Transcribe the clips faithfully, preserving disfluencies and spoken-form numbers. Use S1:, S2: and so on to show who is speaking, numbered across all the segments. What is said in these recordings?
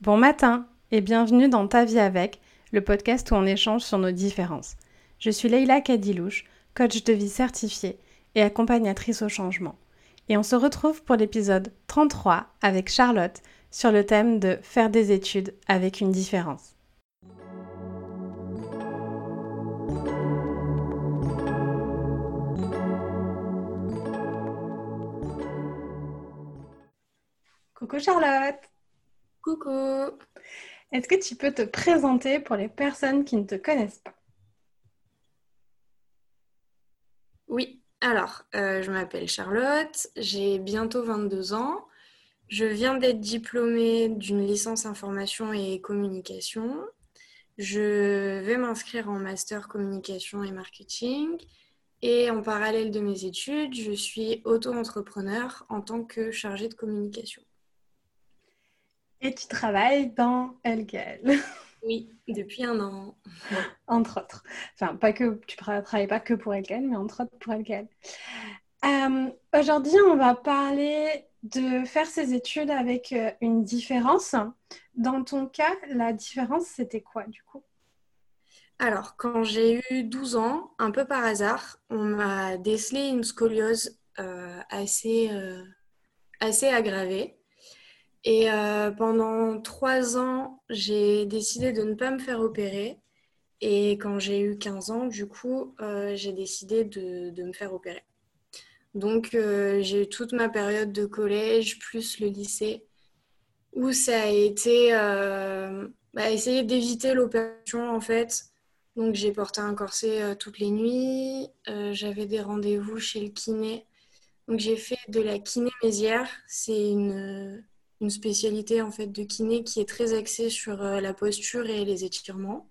S1: Bon matin et bienvenue dans Ta vie avec, le podcast où on échange sur nos différences. Je suis Leïla Kadilouche, coach de vie certifiée et accompagnatrice au changement. Et on se retrouve pour l'épisode trente-trois avec Charlotte sur le thème de faire des études avec une différence. Coucou Charlotte!
S2: Coucou!
S1: Est-ce que tu peux te présenter pour les personnes qui ne te connaissent pas?
S2: Oui, alors, euh, je m'appelle Charlotte, j'ai bientôt vingt-deux ans. Je viens d'être diplômée d'une licence information et communication. Je vais m'inscrire en master communication et marketing. Et en parallèle de mes études, je suis auto-entrepreneur en tant que chargée de communication.
S1: Et tu travailles dans L K L.
S2: Oui, depuis un an.
S1: Entre autres. Enfin, pas que tu ne travailles pas que pour L K L, mais entre autres pour L K L. Euh, aujourd'hui, on va parler de faire ses études avec euh, une différence. Dans ton cas, la différence, c'était quoi du coup?
S2: Alors, quand j'ai eu douze ans, un peu par hasard, on m'a décelé une scoliose euh, assez, euh, assez aggravée. Et euh, pendant trois ans, j'ai décidé de ne pas me faire opérer. Et quand j'ai eu quinze ans, du coup, euh, j'ai décidé de, de me faire opérer. Donc, euh, j'ai eu toute ma période de collège, plus le lycée, où ça a été euh, bah, essayer d'éviter l'opération, en fait. Donc, j'ai porté un corset euh, toutes les nuits. Euh, j'avais des rendez-vous chez le kiné. Donc, j'ai fait de la kiné mésière. C'est une, une spécialité en fait de kiné qui est très axée sur euh, la posture et les étirements.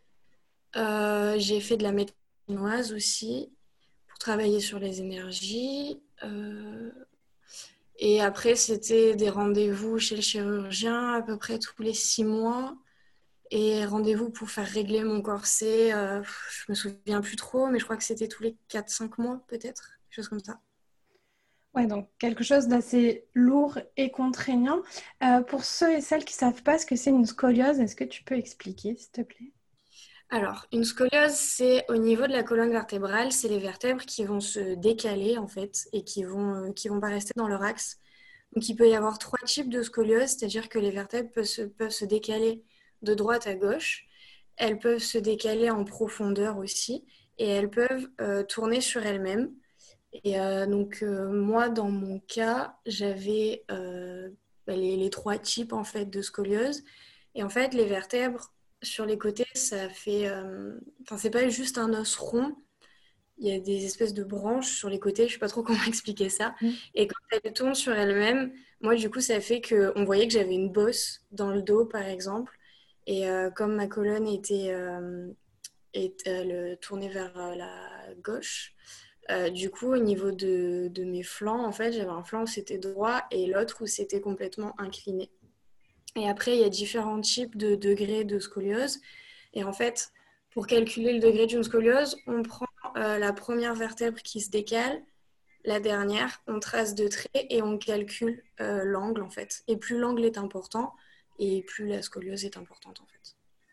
S2: Euh, j'ai fait de la médecine chinoise aussi pour travailler sur les énergies. Euh, et après, c'était des rendez-vous chez le chirurgien à peu près tous les six mois. Et rendez-vous pour faire régler mon corset. Euh, je me souviens plus trop, mais je crois que c'était tous les quatre cinq mois peut-être, quelque chose comme ça.
S1: Ouais, donc quelque chose d'assez lourd et contraignant. Euh, pour ceux et celles qui ne savent pas ce que c'est une scoliose, est-ce que tu peux expliquer, s'il te plaît?
S2: Alors, une scoliose, c'est au niveau de la colonne vertébrale, c'est les vertèbres qui vont se décaler en fait et qui vont, euh, qui vont pas rester dans leur axe. Donc, il peut y avoir trois types de scoliose, c'est-à-dire que les vertèbres peuvent se, peuvent se décaler de droite à gauche, elles peuvent se décaler en profondeur aussi, et elles peuvent euh, tourner sur elles-mêmes. Et euh, donc, euh, moi, dans mon cas, j'avais euh, bah, les, les trois types en fait de scoliose. Et en fait, les vertèbres sur les côtés, ça fait. euh, Enfin, c'est pas juste un os rond. Il y a des espèces de branches sur les côtés. Je sais pas trop comment expliquer ça.
S1: Mm.
S2: Et quand elles tournent sur elles-mêmes, moi, du coup, ça fait qu'on voyait que j'avais une bosse dans le dos, par exemple. Et euh, comme ma colonne était, euh, est, euh, le- tournée vers euh, la gauche. Euh, du coup, au niveau de, de mes flancs, en fait, j'avais un flanc où c'était droit et l'autre où c'était complètement incliné. Et après, il y a différents types de degrés de scoliose. Et en fait, pour calculer le degré d'une scoliose, on prend euh, la première vertèbre qui se décale, la dernière, on trace deux traits et on calcule euh, l'angle, en fait. Et plus l'angle est important, et plus la scoliose est importante, en fait.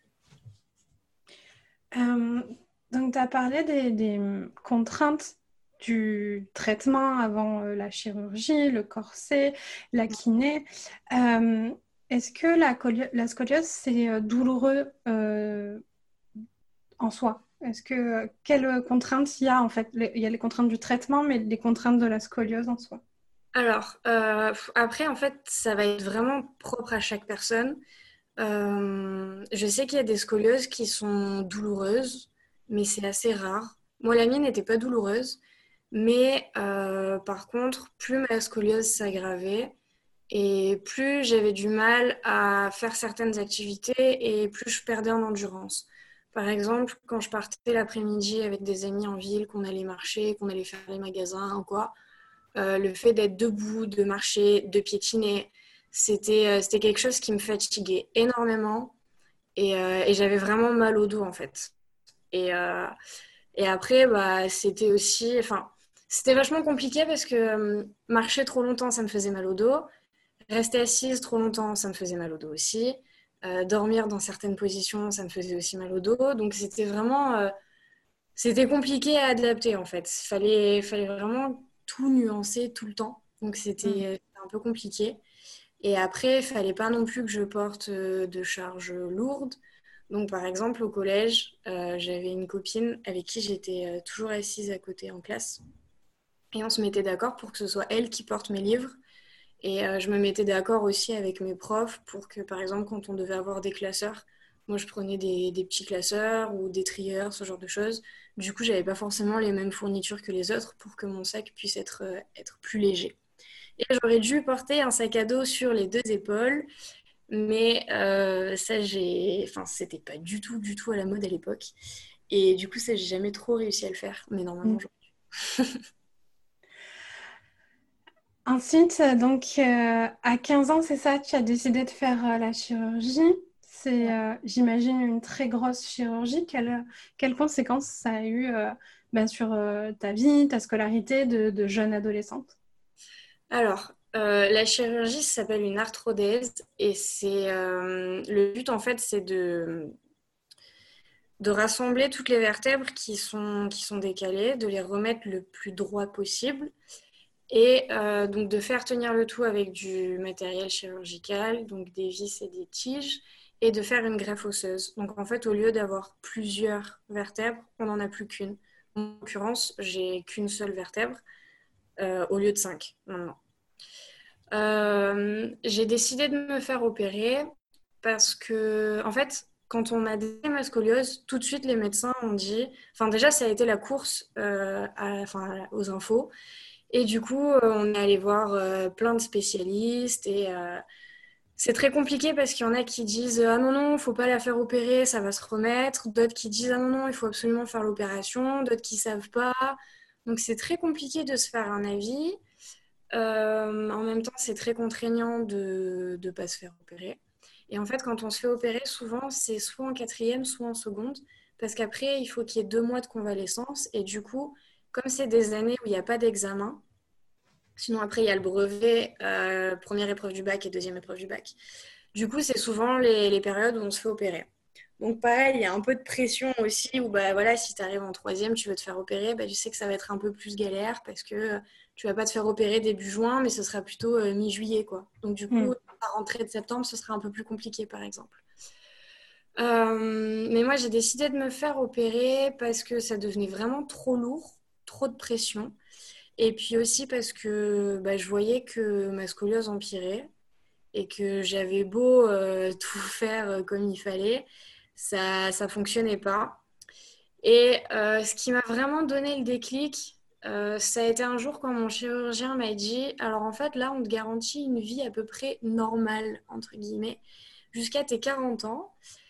S1: Euh, donc, tu as parlé des, des contraintes du traitement avant euh, la chirurgie, le corset, la kiné. Euh, est-ce que la, colio- la scoliose, c'est euh, douloureux euh, en soi? Est-ce que, euh, quelles contraintes il y a en fait? Les- Il y a les contraintes du traitement, mais les contraintes de la scoliose en soi.
S2: Alors, euh, après, en fait, ça va être vraiment propre à chaque personne. Euh, je sais qu'il y a des scolioses qui sont douloureuses, mais c'est assez rare. Moi, la mienne n'était pas douloureuse, mais euh, par contre, plus ma scoliose s'aggravait et plus j'avais du mal à faire certaines activités et plus je perdais en endurance. Par exemple, quand je partais l'après-midi avec des amis en ville, qu'on allait marcher, qu'on allait faire les magasins ou quoi, euh, le fait d'être debout, de marcher, de piétiner, c'était, euh, c'était quelque chose qui me fatiguait énormément et, euh, et j'avais vraiment mal au dos en fait. Et, euh, et après, bah, c'était aussi, enfin, c'était vachement compliqué parce que euh, marcher trop longtemps, ça me faisait mal au dos. Rester assise trop longtemps, ça me faisait mal au dos aussi. Euh, dormir dans certaines positions, ça me faisait aussi mal au dos. Donc c'était vraiment... euh, c'était compliqué à adapter en fait. Il fallait, fallait vraiment tout nuancer tout le temps. Donc
S1: Mm.
S2: c'était euh, un peu compliqué. Et après, il fallait pas non plus que je porte euh, de charges lourdes. Donc par exemple, au collège, euh, j'avais une copine avec qui j'étais euh, toujours assise à côté en classe. Et on se mettait d'accord pour que ce soit elle qui porte mes livres. Et euh, je me mettais d'accord aussi avec mes profs pour que, par exemple, quand on devait avoir des classeurs, moi je prenais des, des petits classeurs ou des trieurs, ce genre de choses. Du coup, j'avais pas forcément les mêmes fournitures que les autres pour que mon sac puisse être, euh, être plus léger. Et j'aurais dû porter un sac à dos sur les deux épaules, mais euh, ça, j'ai... Enfin, c'était pas du tout, du tout à la mode à l'époque. Et du coup, ça, j'ai jamais trop réussi à le faire. Mais
S1: Mm.
S2: normalement, j'aurais
S1: Ensuite, euh, donc, euh, à quinze ans, c'est ça, tu as décidé de faire euh, la chirurgie. C'est,
S2: dû.
S1: euh, j'imagine, une très grosse chirurgie. Quelles, quelles conséquences ça a eu euh, ben, sur euh, ta vie, ta scolarité de, de jeune adolescente?
S2: Alors, euh, la chirurgie ça s'appelle une arthrodèse et c'est euh, le but en fait c'est de, de rassembler toutes les vertèbres qui sont, qui sont décalées, de les remettre le plus droit possible et euh, donc de faire tenir le tout avec du matériel chirurgical, donc des vis et des tiges, et de faire une greffe osseuse. Donc en fait, au lieu d'avoir plusieurs vertèbres, on n'en a plus qu'une. En l'occurrence, j'ai qu'une seule vertèbre euh, au lieu de cinq maintenant. Euh, j'ai décidé de me faire opérer parce que, en fait, quand on m'a dit ma scoliose, tout de suite les médecins ont dit, enfin déjà ça a été la course euh, à, enfin, aux infos, et du coup euh, on est allé voir euh, plein de spécialistes et euh, c'est très compliqué parce qu'il y en a qui disent ah non non faut pas la faire opérer, ça va se remettre, d'autres qui disent ah non non il faut absolument faire l'opération, d'autres qui savent pas, donc c'est très compliqué de se faire un avis. Euh, en même temps, c'est très contraignant de ne pas se faire opérer. Et en fait, quand on se fait opérer, souvent, c'est soit en quatrième, soit en seconde, parce qu'après, il faut qu'il y ait deux mois de convalescence. Et du coup, comme c'est des années où il n'y a pas d'examen, sinon après, il y a le brevet, euh, première épreuve du bac et deuxième épreuve du bac. Du coup, c'est souvent les, les périodes où on se fait opérer. Donc pareil, il y a un peu de pression aussi où bah, voilà, si tu arrives en troisième, tu veux te faire opérer, bah, tu sais que ça va être un peu plus galère parce que euh, tu vas pas te faire opérer début juin, mais ce sera plutôt euh, mi-juillet, quoi. Donc du coup,
S1: Mm.
S2: à rentrée de septembre, ce sera un peu plus compliqué, par exemple. Euh, mais moi, j'ai décidé de me faire opérer parce que ça devenait vraiment trop lourd, trop de pression. Et puis aussi parce que bah, je voyais que ma scoliose empirait et que j'avais beau euh, tout faire euh, comme il fallait, ça ça fonctionnait pas. Et euh, ce qui m'a vraiment donné le déclic, euh, ça a été un jour quand mon chirurgien m'a dit, alors en fait là on te garantit une vie à peu près normale, entre guillemets, jusqu'à tes quarante ans.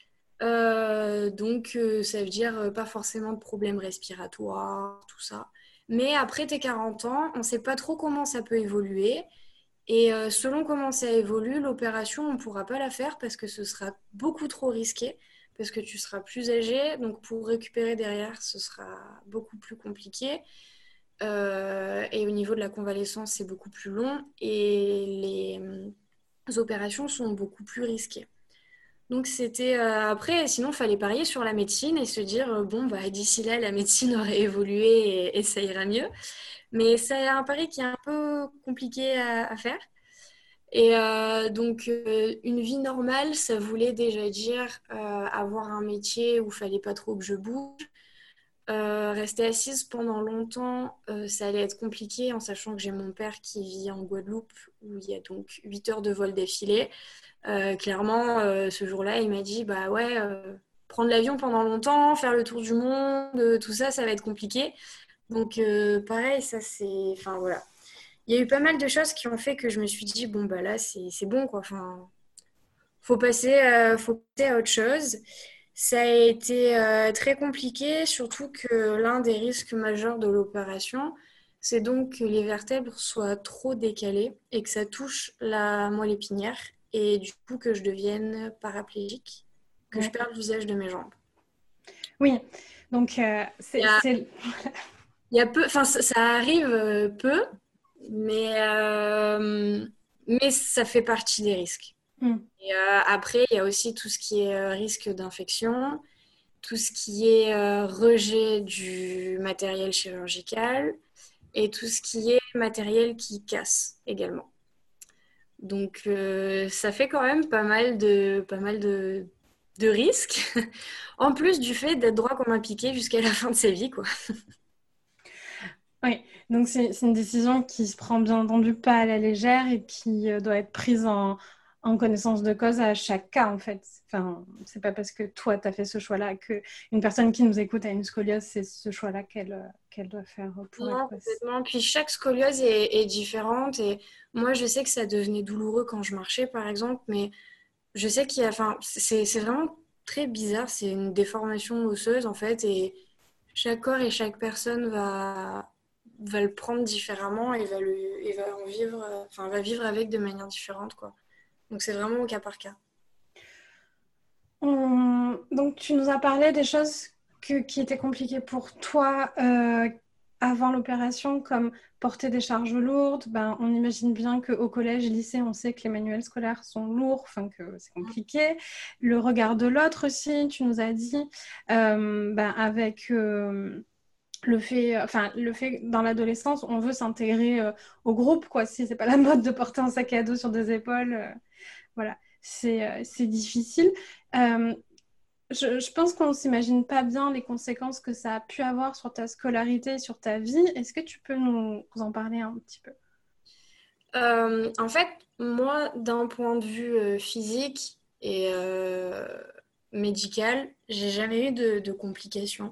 S2: Euh, donc euh, ça veut dire euh, pas forcément de problèmes respiratoires, tout ça. Mais après tes quarante ans, on ne sait pas trop comment ça peut évoluer. Et euh, selon comment ça évolue, l'opération, on ne pourra pas la faire parce que ce sera beaucoup trop risqué, parce que tu seras plus âgé. Donc pour récupérer derrière, ce sera beaucoup plus compliqué. Euh, et au niveau de la convalescence, c'est beaucoup plus long. Et les, les opérations sont beaucoup plus risquées. Donc c'était euh, après, sinon il fallait parier sur la médecine et se dire euh, bon bah d'ici là la médecine aurait évolué et, et ça ira mieux. Mais c'est un pari qui est un peu compliqué à, à faire. Et euh, donc, euh, une vie normale, ça voulait déjà dire euh, avoir un métier où il fallait pas trop que je bouge. Euh, rester assise pendant longtemps, euh, ça allait être compliqué en sachant que j'ai mon père qui vit en Guadeloupe où il y a donc huit heures de vol d'affilée. Euh, clairement, euh, ce jour-là, il m'a dit bah ouais, euh, prendre l'avion pendant longtemps, faire le tour du monde, euh, tout ça, ça va être compliqué. Donc, euh, pareil, ça c'est. Enfin, voilà. Il y a eu pas mal de choses qui ont fait que je me suis dit, bon, bah là, c'est c'est bon, quoi. Enfin, faut passer, euh, faut passer à autre chose. Ça a été euh, très compliqué, surtout que l'un des risques majeurs de l'opération, c'est donc que les vertèbres soient trop décalées et que ça touche la moelle épinière et du coup que je devienne paraplégique, que je
S1: Ouais.
S2: perde l'usage de mes jambes.
S1: Oui, donc euh,
S2: Il y
S1: c'est,
S2: a,
S1: c'est-
S2: il y a peu, enfin, ça, ça arrive euh, peu, mais euh, mais ça fait partie des risques.
S1: Mm.
S2: Et euh, après, il y a aussi tout ce qui est euh, risque d'infection, tout ce qui est euh, rejet du matériel chirurgical et tout ce qui est matériel qui casse également. Donc, euh, ça fait quand même pas mal de, pas mal de, de risques, en plus du fait d'être droit comme un piqué jusqu'à la fin de sa vie, quoi.
S1: Oui, donc c'est c'est une décision qui se prend bien entendu pas à la légère et qui euh, doit être prise en, en connaissance de cause à chaque cas en fait. Enfin, c'est pas parce que toi tu as fait ce choix-là que une personne qui nous écoute a une scoliose, c'est ce choix-là qu'elle euh, qu'elle doit faire pour elle,
S2: Non,
S1: quoi.
S2: complètement. Puis chaque scoliose est, est différente et moi, je sais que ça devenait douloureux quand je marchais, par exemple, mais je sais qu'il y a, enfin, c'est c'est vraiment très bizarre. C'est une déformation osseuse en fait et chaque corps et chaque personne va, va le prendre différemment et va, le, et va en vivre, euh, enfin, va vivre avec de manière différente, quoi. Donc c'est vraiment au cas par cas.
S1: On- Donc, tu nous as parlé des choses que- qui étaient compliquées pour toi euh, avant l'opération, comme porter des charges lourdes. Ben, on imagine bien qu'au collège, lycée, on sait que les manuels scolaires sont lourds, enfin que c'est compliqué. Le regard de l'autre aussi, tu nous as dit, euh, ben, avec euh, le fait, enfin, le fait que dans l'adolescence, on veut s'intégrer euh, au groupe, quoi. Si c'est pas la mode de porter un sac à dos sur des épaules. euh, voilà, c'est euh, c'est difficile. Euh, je, je pense qu'on ne s'imagine pas bien les conséquences que ça a pu avoir sur ta scolarité et sur ta vie. Est-ce que tu peux nous en parler un petit peu?
S2: Euh, en fait, moi, d'un point de vue euh, physique et euh, médical, j'ai jamais eu de, de complications.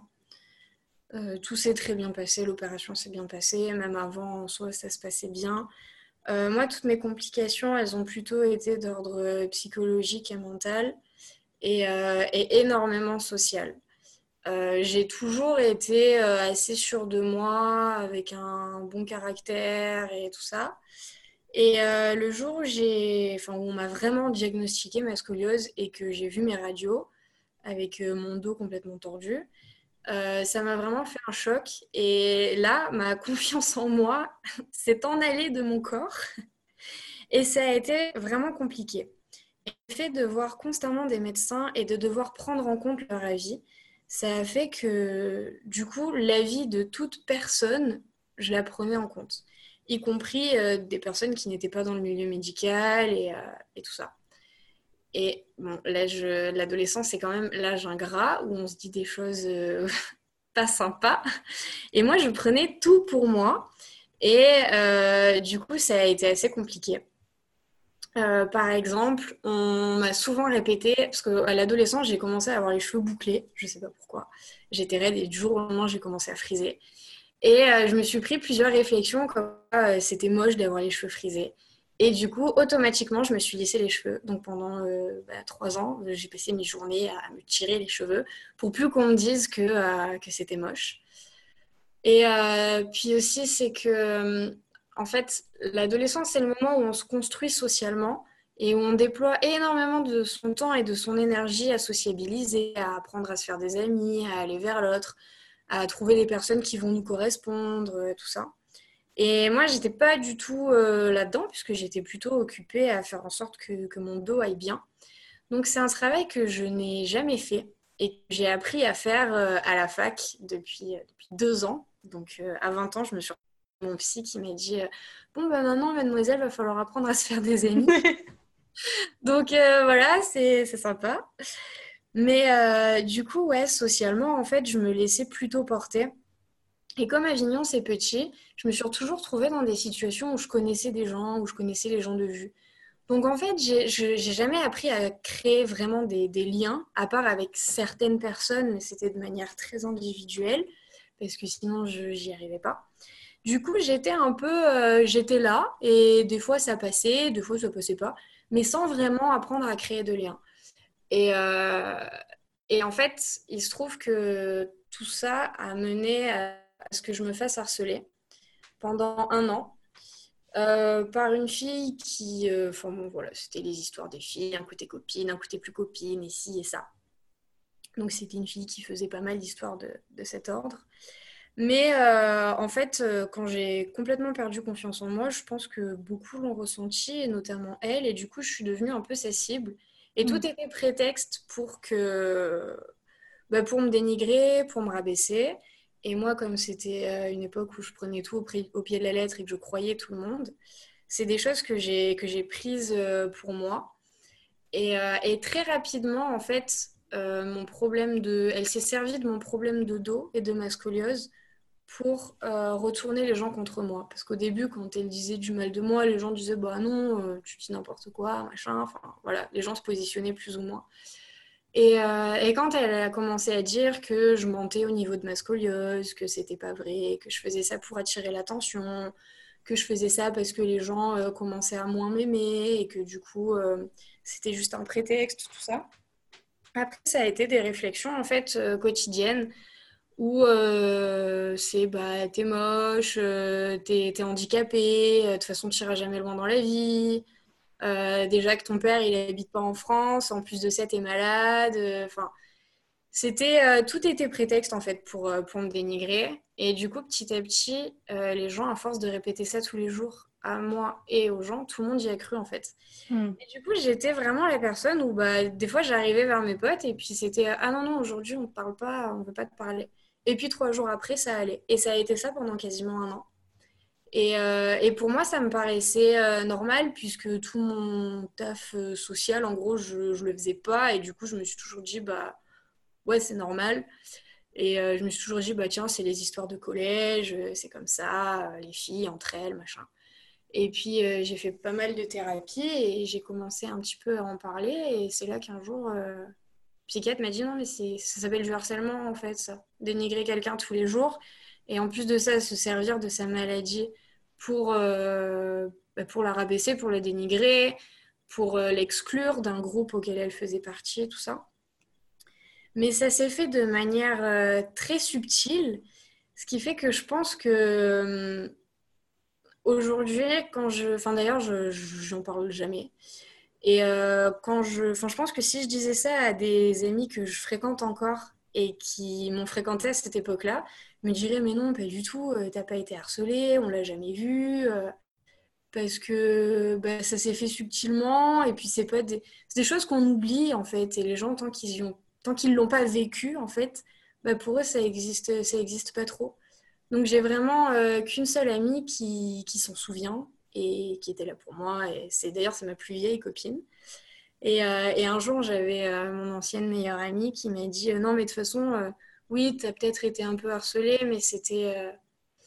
S2: Euh, tout s'est très bien passé, l'opération s'est bien passée, même avant en soi ça se passait bien. Euh, moi, toutes mes complications, elles ont plutôt été d'ordre euh, psychologique et mental et, euh, et énormément social. Euh, j'ai toujours été euh, assez sûre de moi, avec un bon caractère et tout ça. Et euh, le jour où j'ai, enfin, où on m'a vraiment diagnostiqué ma scoliose et que j'ai vu mes radios avec euh, mon dos complètement tordu, euh, ça m'a vraiment fait un choc. Et là, ma confiance en moi s'est en allée de mon corps et ça a été vraiment compliqué. Le fait de voir constamment des médecins et de devoir prendre en compte leur avis, ça a fait que, du coup, l'avis de toute personne, je la prenais en compte, y compris euh, des personnes qui n'étaient pas dans le milieu médical et, euh, et tout ça. Et bon, l'âge, l'adolescence, c'est quand même l'âge ingrat où on se dit des choses euh, pas sympas. Et moi, je prenais tout pour moi. Et euh, du coup, ça a été assez compliqué. Euh, par exemple, on m'a souvent répété, parce qu'à l'adolescence, j'ai commencé à avoir les cheveux bouclés, je sais pas pourquoi. J'étais raide et du jour au lendemain, j'ai commencé à friser. Et euh, je me suis pris plusieurs réflexions comme quoi euh, c'était moche d'avoir les cheveux frisés. Et du coup, automatiquement, je me suis lissé les cheveux. Donc pendant euh, bah, trois ans, euh, j'ai passé mes journées à me tirer les cheveux pour plus qu'on me dise que, euh, que c'était moche. Et euh, puis aussi, c'est que, euh, en fait, l'adolescence, c'est le moment où on se construit socialement et où on déploie énormément de son temps et de son énergie à sociabiliser, à apprendre à se faire des amis, à aller vers l'autre, à trouver des personnes qui vont nous correspondre, euh, tout ça. Et moi, j'étais pas du tout euh, là-dedans, puisque j'étais plutôt occupée à faire en sorte que, que mon dos aille bien. Donc, c'est un travail que je n'ai jamais fait et que j'ai appris à faire euh, à la fac depuis, euh, depuis deux ans. Donc, euh, à vingt ans, je me suis retrouvée avec mon psy qui m'a dit euh, bon, ben maintenant, mademoiselle, va falloir apprendre à se faire des amis. Donc, euh, voilà, c'est c'est sympa. Mais euh, du coup, ouais, socialement, en fait, je me laissais plutôt porter. Et comme Avignon, c'est petit, je me suis toujours trouvée dans des situations où je connaissais des gens, où je connaissais les gens de vue. Donc en fait, j'ai je- j'ai jamais appris à créer vraiment des, des liens, à part avec certaines personnes, mais c'était de manière très individuelle, parce que sinon, je j'y arrivais pas. Du coup, j'étais un peu, euh, j'étais là, et des fois ça passait, des fois ça passait pas, mais sans vraiment apprendre à créer de liens. Et, euh, et en fait, il se trouve que tout ça a mené à ce que je me fasse harceler pendant un an euh, par une fille qui... euh, Enfin bon, voilà, c'était les histoires des filles, un côté copine, un côté plus copine, et ci et ça. Donc c'était une fille qui faisait pas mal d'histoires de, de cet ordre. Mais euh, en fait, euh, quand j'ai complètement perdu confiance en moi, je pense que beaucoup l'ont ressenti, et notamment elle, et du coup, je suis devenue un peu sa cible. Et tout
S1: Mm.
S2: était prétexte pour que, bah, pour me dénigrer, pour me rabaisser. Et moi, comme c'était euh, une époque où je prenais tout au, pri- au pied de la lettre et que je croyais tout le monde, c'est des choses que j'ai que j'ai prises euh, pour moi. Et, euh, et très rapidement, en fait, euh, mon problème de, elle s'est servie de mon problème de dos et de ma scoliose pour euh, retourner les gens contre moi. Parce qu'au début, quand elle disait du mal de moi, les gens disaient bah non, euh, tu dis n'importe quoi, machin. Enfin voilà, les gens se positionnaient plus ou moins. Et, euh, et quand elle a commencé à dire que je mentais au niveau de ma scoliose, que c'était pas vrai, que je faisais ça pour attirer l'attention, que je faisais ça parce que les gens euh, commençaient à moins m'aimer et que du coup euh, c'était juste un prétexte, tout ça. Après, ça a été des réflexions en fait euh, quotidiennes où euh, c'est bah t'es moche, euh, t'es, t'es handicapé, euh, de toute façon tu iras jamais loin dans la vie. Euh, déjà que ton père il habite pas en France, en plus de ça t'es malade. euh, Enfin, c'était euh, tout était prétexte en fait pour, euh, pour me dénigrer. Et du coup, petit à petit, euh, les gens, à force de répéter ça tous les jours à moi et aux gens, tout le monde y a cru en fait.
S1: Mm.
S2: Et du coup, j'étais vraiment la personne où bah, des fois j'arrivais vers mes potes et puis c'était ah non, non, aujourd'hui on ne parle pas, on ne veut pas te parler. Et puis trois jours après, ça allait. Et ça a été ça pendant quasiment un an. Et, euh, et pour moi, ça me paraissait euh, normal puisque tout mon taf euh, social, en gros, je ne le faisais pas. Et du coup, je me suis toujours dit, bah ouais, c'est normal. Et euh, je me suis toujours dit, bah tiens, c'est les histoires de collège, euh, c'est comme ça, euh, les filles entre elles, machin. Et puis euh, j'ai fait pas mal de thérapie et j'ai commencé un petit peu à en parler. Et c'est là qu'un jour, euh, le psychiatre m'a dit, non, mais c'est, ça s'appelle du harcèlement en fait, ça. Dénigrer quelqu'un tous les jours. Et en plus de ça, se servir de sa maladie pour, euh, bah, pour la rabaisser, pour la dénigrer, pour euh, l'exclure d'un groupe auquel elle faisait partie, tout ça. Mais ça s'est fait de manière euh, très subtile, ce qui fait que je pense que euh, aujourd'hui, quand je, enfin d'ailleurs, je, je- j'en parle jamais. Et euh, quand je, enfin, je pense que si je disais ça à des amis que je fréquente encore et qui m'ont fréquenté à cette époque-là, ils me diraient mais non, pas du tout, euh, t'as pas été harcelée, on l'a jamais vu, euh, parce que bah, ça s'est fait subtilement et puis c'est pas des, c'est des choses qu'on oublie en fait et les gens tant qu'ils y ont, tant qu'ils l'ont pas vécu en fait, bah, pour eux ça existe, ça existe pas trop. Donc j'ai vraiment euh, qu'une seule amie qui, qui s'en souvient et qui était là pour moi. Et c'est d'ailleurs c'est ma plus vieille copine. Et, euh, et un jour j'avais euh, mon ancienne meilleure amie qui m'a dit euh, non mais de toute façon euh, oui t'as peut-être été un peu harcelée mais c'était euh,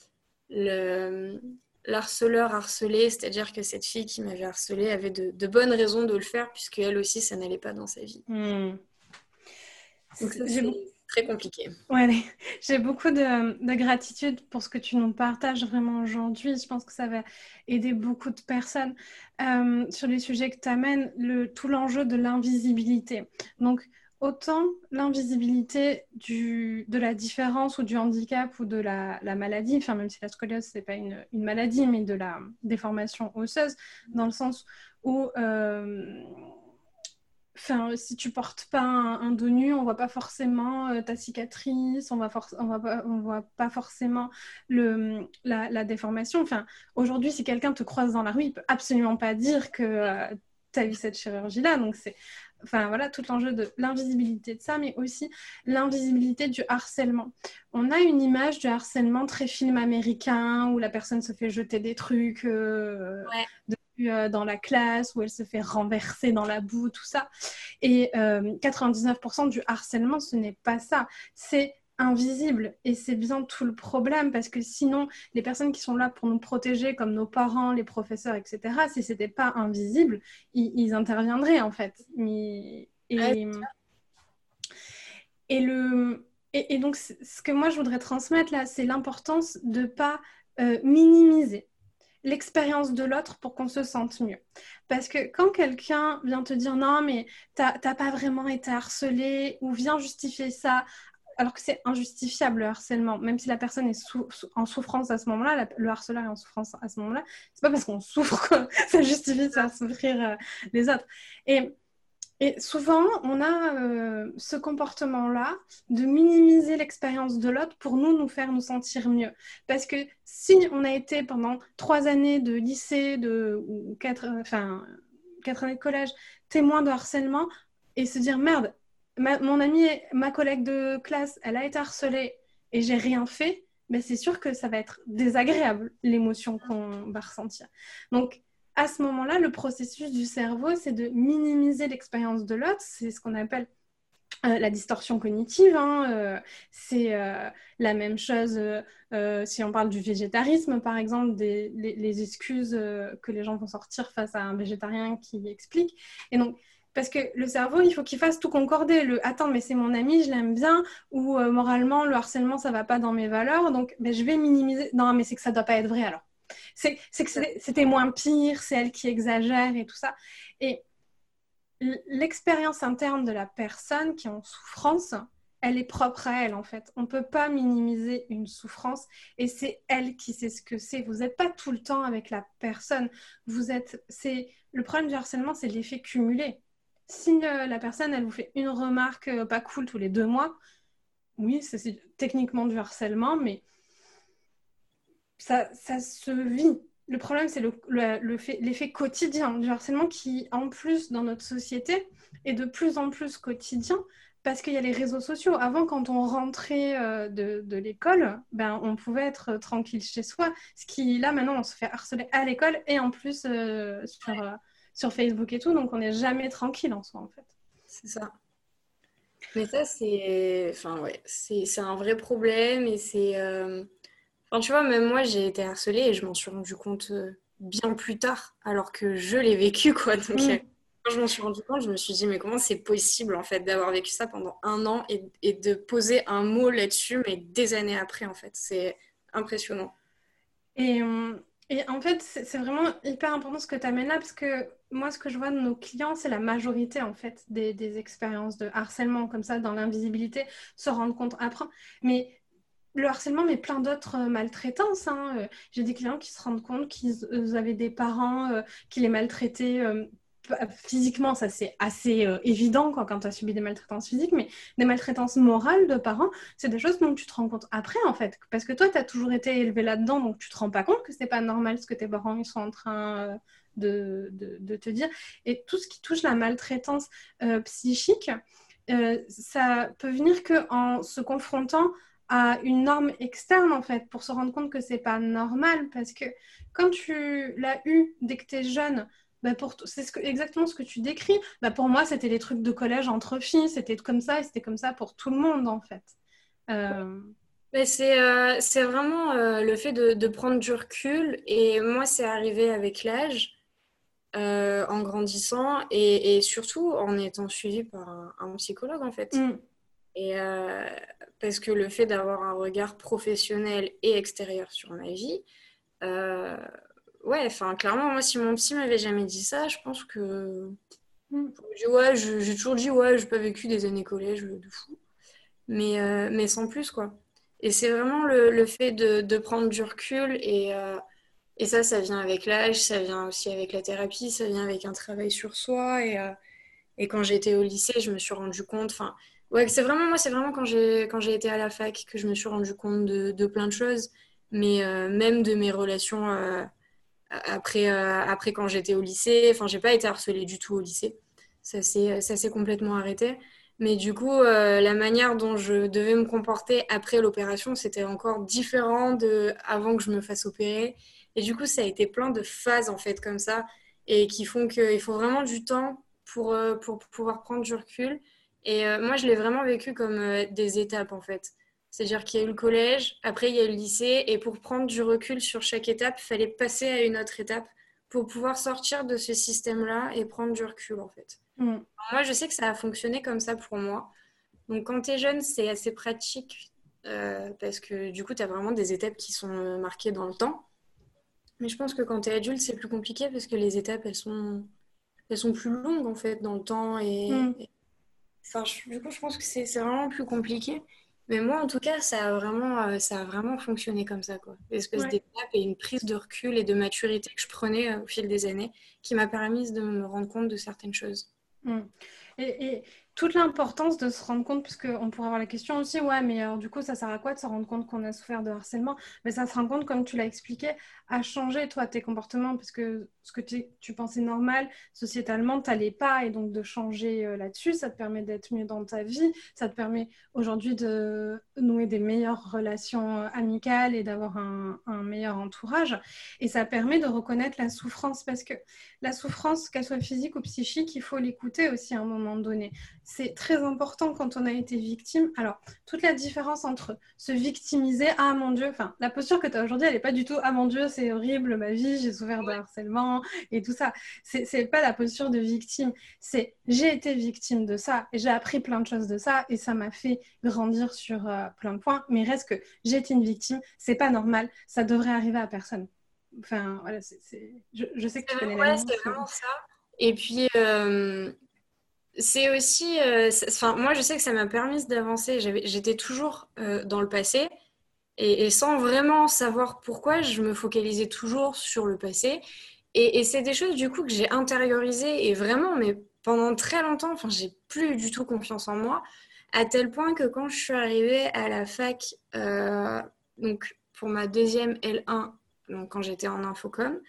S2: le l'harceleur harcelé, c'est-à-dire que cette fille qui m'avait harcelée avait de, de bonnes raisons de le faire puisque elle aussi ça n'allait pas dans sa vie.
S1: Mm.
S2: Donc ça
S1: J'ai
S2: c'est
S1: beaucoup,
S2: très compliqué.
S1: ouais, j'ai beaucoup de, de gratitude pour ce que tu nous partages vraiment aujourd'hui. Je pense que ça va aider beaucoup de personnes euh, sur les sujets que tu amènes, le, tout l'enjeu de l'invisibilité. Donc, autant l'invisibilité du, de la différence ou du handicap ou de la, la maladie, enfin, même si la scoliose, c'est pas une, une maladie, mais de la déformation osseuse, dans le sens où... euh, Enfin, si tu portes pas un, un dos nu, on voit pas forcément euh, ta cicatrice, on voit, for- on voit pas, on voit pas forcément le, la, la déformation. Enfin, aujourd'hui, si quelqu'un te croise dans la rue, il peut absolument pas dire que tu as eu cette chirurgie-là. Donc, c'est, enfin, voilà, tout l'enjeu de l'invisibilité de ça, mais aussi l'invisibilité du harcèlement. On a une image du harcèlement très film américain où la personne se fait jeter des trucs. Euh,
S2: Ouais.
S1: euh, dans la classe, où elle se fait renverser dans la boue, tout ça. Et euh, quatre-vingt-dix-neuf pour cent du harcèlement, ce n'est pas ça. C'est invisible. Et c'est bien tout le problème, parce que sinon, les personnes qui sont là pour nous protéger, comme nos parents, les professeurs, et cetera, si ce n'était pas invisible, ils, ils, interviendraient, en fait. Mais...
S2: Ouais,
S1: Et, et, le... et, et donc, ce que moi, je voudrais transmettre là, c'est l'importance de ne pas euh, minimiser l'expérience de l'autre pour qu'on se sente mieux. Parce que quand quelqu'un vient te dire non, mais t'as pas vraiment été harcelé ou vient justifier ça, alors que c'est injustifiable le harcèlement, même si la personne est sou sou en souffrance à ce moment-là, le harceleur est en souffrance à ce moment-là, c'est pas parce qu'on souffre que ça justifie de faire souffrir euh, les autres. Et Et souvent, on a euh, ce comportement-là de minimiser l'expérience de l'autre pour nous, nous faire nous sentir mieux. Parce que si on a été pendant trois années de lycée de, ou quatre, euh, enfin, quatre années de collège témoin de harcèlement et se dire merde, ma, mon amie, ma collègue de classe, elle a été harcelée et j'ai rien fait, ben c'est sûr que ça va être désagréable, l'émotion qu'on va ressentir. Donc, à ce moment-là, le processus du cerveau, c'est de minimiser l'expérience de l'autre. C'est ce qu'on appelle euh, la distorsion cognitive. Hein. Euh, c'est euh, la même chose euh, euh, si on parle du végétarisme, par exemple, des, les, les excuses euh, que les gens vont sortir face à un végétarien qui explique. Et donc, parce que le cerveau, il faut qu'il fasse tout concorder. Le attends, mais c'est mon ami, je l'aime bien, ou euh, moralement, le harcèlement, ça va pas dans mes valeurs, donc ben, je vais minimiser. Non, mais c'est que ça doit pas être vrai alors. C'est, c'est que c'était moins pire, c'est elle qui exagère et tout ça. Et l'expérience interne de la personne qui est en souffrance, elle est propre à elle en fait. On ne peut pas minimiser une souffrance et c'est elle qui sait ce que c'est. Vous n'êtes pas tout le temps avec la personne. Vous êtes, c'est, le problème du harcèlement, c'est l'effet cumulé. Si euh, la personne, elle vous fait une remarque euh, pas cool tous les deux mois, oui, c'est, c'est techniquement du harcèlement, mais ça, ça se vit. Le problème, c'est le, le, le fait, l'effet quotidien du harcèlement qui, en plus, dans notre société, est de plus en plus quotidien parce qu'il y a les réseaux sociaux. Avant, quand on rentrait euh, de, de l'école, ben, on pouvait être euh, tranquille chez soi. Ce qui, là, maintenant, on se fait harceler à l'école et en plus euh, sur, euh, sur Facebook et tout. Donc, on n'est jamais tranquille en soi, en fait.
S2: C'est ça. Mais ça, c'est enfin, ouais, c'est, c'est un vrai problème et c'est... euh, Enfin, tu vois, même moi, j'ai été harcelée et je m'en suis rendu compte euh, bien plus tard, alors que je l'ai vécu, quoi. Donc, euh,
S1: Mm.
S2: quand je m'en suis rendu compte, je me suis dit, mais comment c'est possible, en fait, d'avoir vécu ça pendant un an et, et de poser un mot là-dessus, mais des années après, en fait. C'est impressionnant.
S1: Et, euh, et en fait, c'est c'est vraiment hyper important ce que tu amènes là, parce que moi, ce que je vois de nos clients, c'est la majorité, en fait, des, des expériences de harcèlement, comme ça, dans l'invisibilité, se rendre compte après. Mais le harcèlement, mais plein d'autres euh, maltraitances. Hein. Euh, J'ai des clients qui se rendent compte qu'ils euh, avaient des parents euh, qui les maltraitaient euh, p- physiquement. Ça, c'est assez euh, évident quoi, quand tu as subi des maltraitances physiques, mais des maltraitances morales de parents, c'est des choses dont tu te rends compte après, en fait. Parce que toi, tu as toujours été élevé là-dedans, donc tu te rends pas compte que c'est pas normal ce que tes parents ils sont en train euh, de, de, de te dire. Et tout ce qui touche la maltraitance euh, psychique, euh, ça peut venir qu'en se confrontant à une norme externe en fait pour se rendre compte que c'est pas normal parce que quand tu l'as eu dès que tu es jeune bah pour t- c'est ce que, exactement ce que tu décris bah pour moi c'était les trucs de collège entre filles c'était comme ça et c'était comme ça pour tout le monde en fait. Euh,
S2: Mais c'est euh, c'est vraiment euh, le fait de, de prendre du recul. Et moi, c'est arrivé avec l'âge, euh, en grandissant et, et surtout en étant suivi par un, un psychologue, en fait.
S1: mm,
S2: Et euh, parce que le fait d'avoir un regard professionnel et extérieur sur ma vie, euh, ouais, enfin, clairement, moi, si mon psy m'avait jamais dit ça, je pense que.
S1: mm,
S2: Je me dis, ouais, je- j'ai toujours dit, ouais, j'ai pas vécu des années collège de fou. Mais, euh, mais sans plus, quoi. Et c'est vraiment le, le fait de, de prendre du recul et, euh, et ça, ça vient avec l'âge, ça vient aussi avec la thérapie, ça vient avec un travail sur soi. Et, euh, et quand j'étais au lycée, je me suis rendu compte, enfin, ouais, c'est vraiment, moi, c'est vraiment quand j'ai, quand j'ai été à la fac que je me suis rendu compte de, de plein de choses, mais euh, même de mes relations euh, après, euh, après quand j'étais au lycée. Enfin, j'ai pas été harcelée du tout au lycée. Ça s'est, ça s'est complètement arrêté. Mais du coup, euh, la manière dont je devais me comporter après l'opération, c'était encore différent de avant que je me fasse opérer. Et du coup, ça a été plein de phases en fait comme ça et qui font qu'il faut vraiment du temps pour, euh, pour pouvoir prendre du recul. Et euh, moi, je l'ai vraiment vécu comme euh, des étapes en fait. C'est-à-dire qu'il y a eu le collège, après il y a eu le lycée, et pour prendre du recul sur chaque étape, il fallait passer à une autre étape pour pouvoir sortir de ce système-là et prendre du recul en fait.
S1: mm.
S2: Moi, je sais que ça a fonctionné comme ça pour moi. Donc quand tu es jeune, c'est assez pratique euh, parce que du coup, tu as vraiment des étapes qui sont euh, marquées dans le temps. Mais je pense que quand tu es adulte, c'est plus compliqué parce que les étapes, elles sont, elles sont plus longues en fait dans le temps et,
S1: Mm.
S2: et enfin, je- du coup, je pense que c'est c'est vraiment plus compliqué. Mais moi, en tout cas, ça a vraiment, euh, ça a vraiment fonctionné comme ça, quoi. Une espèce
S1: Ouais.
S2: d'étape et une prise de recul et de maturité que je prenais euh, au fil des années qui m'a permis de me rendre compte de certaines choses.
S1: Mm. Et, et toute l'importance de se rendre compte, parce qu'on pourrait avoir la question aussi, ouais, mais alors du coup, ça sert à quoi de se rendre compte qu'on a souffert de harcèlement? Mais ça se rend compte, comme tu l'as expliqué, à changer, toi, tes comportements, parce que ce que tu, tu pensais normal, sociétalement, t'allais pas, et donc de changer euh, là-dessus, ça te permet d'être mieux dans ta vie, ça te permet aujourd'hui de nouer des meilleures relations euh, amicales et d'avoir un, un meilleur entourage, et ça permet de reconnaître la souffrance, parce que la souffrance, qu'elle soit physique ou psychique, il faut l'écouter aussi à un moment donné. C'est très important quand on a été victime. Alors, toute la différence entre se victimiser, ah mon Dieu, enfin, la posture que tu as aujourd'hui, elle n'est pas du tout, ah mon Dieu, c'est horrible, ma vie, j'ai souffert de harcèlement et tout ça. C'est, c'est pas la posture de victime. C'est, j'ai été victime de ça et j'ai appris plein de choses de ça et ça m'a fait grandir sur euh, plein de points. Mais reste que j'ai été une victime, c'est pas normal, ça devrait arriver à personne. Enfin, voilà, c'est, c'est... Je, je sais que
S2: C'est
S1: tu
S2: vrai-
S1: connais la
S2: Ouais,
S1: nuance,
S2: c'est
S1: mais...
S2: vraiment ça. Et puis, euh, c'est aussi... euh, c'est- enfin, moi, je sais que ça m'a permis d'avancer. J'avais, j'étais toujours euh, dans le passé. Et, et sans vraiment savoir pourquoi, je me focalisais toujours sur le passé. Et, et c'est des choses du coup que j'ai intériorisées et vraiment, mais pendant très longtemps, enfin, j'ai plus du tout confiance en moi, à tel point que quand je suis arrivée à la fac, euh, donc pour ma deuxième L un, donc quand j'étais en infocom,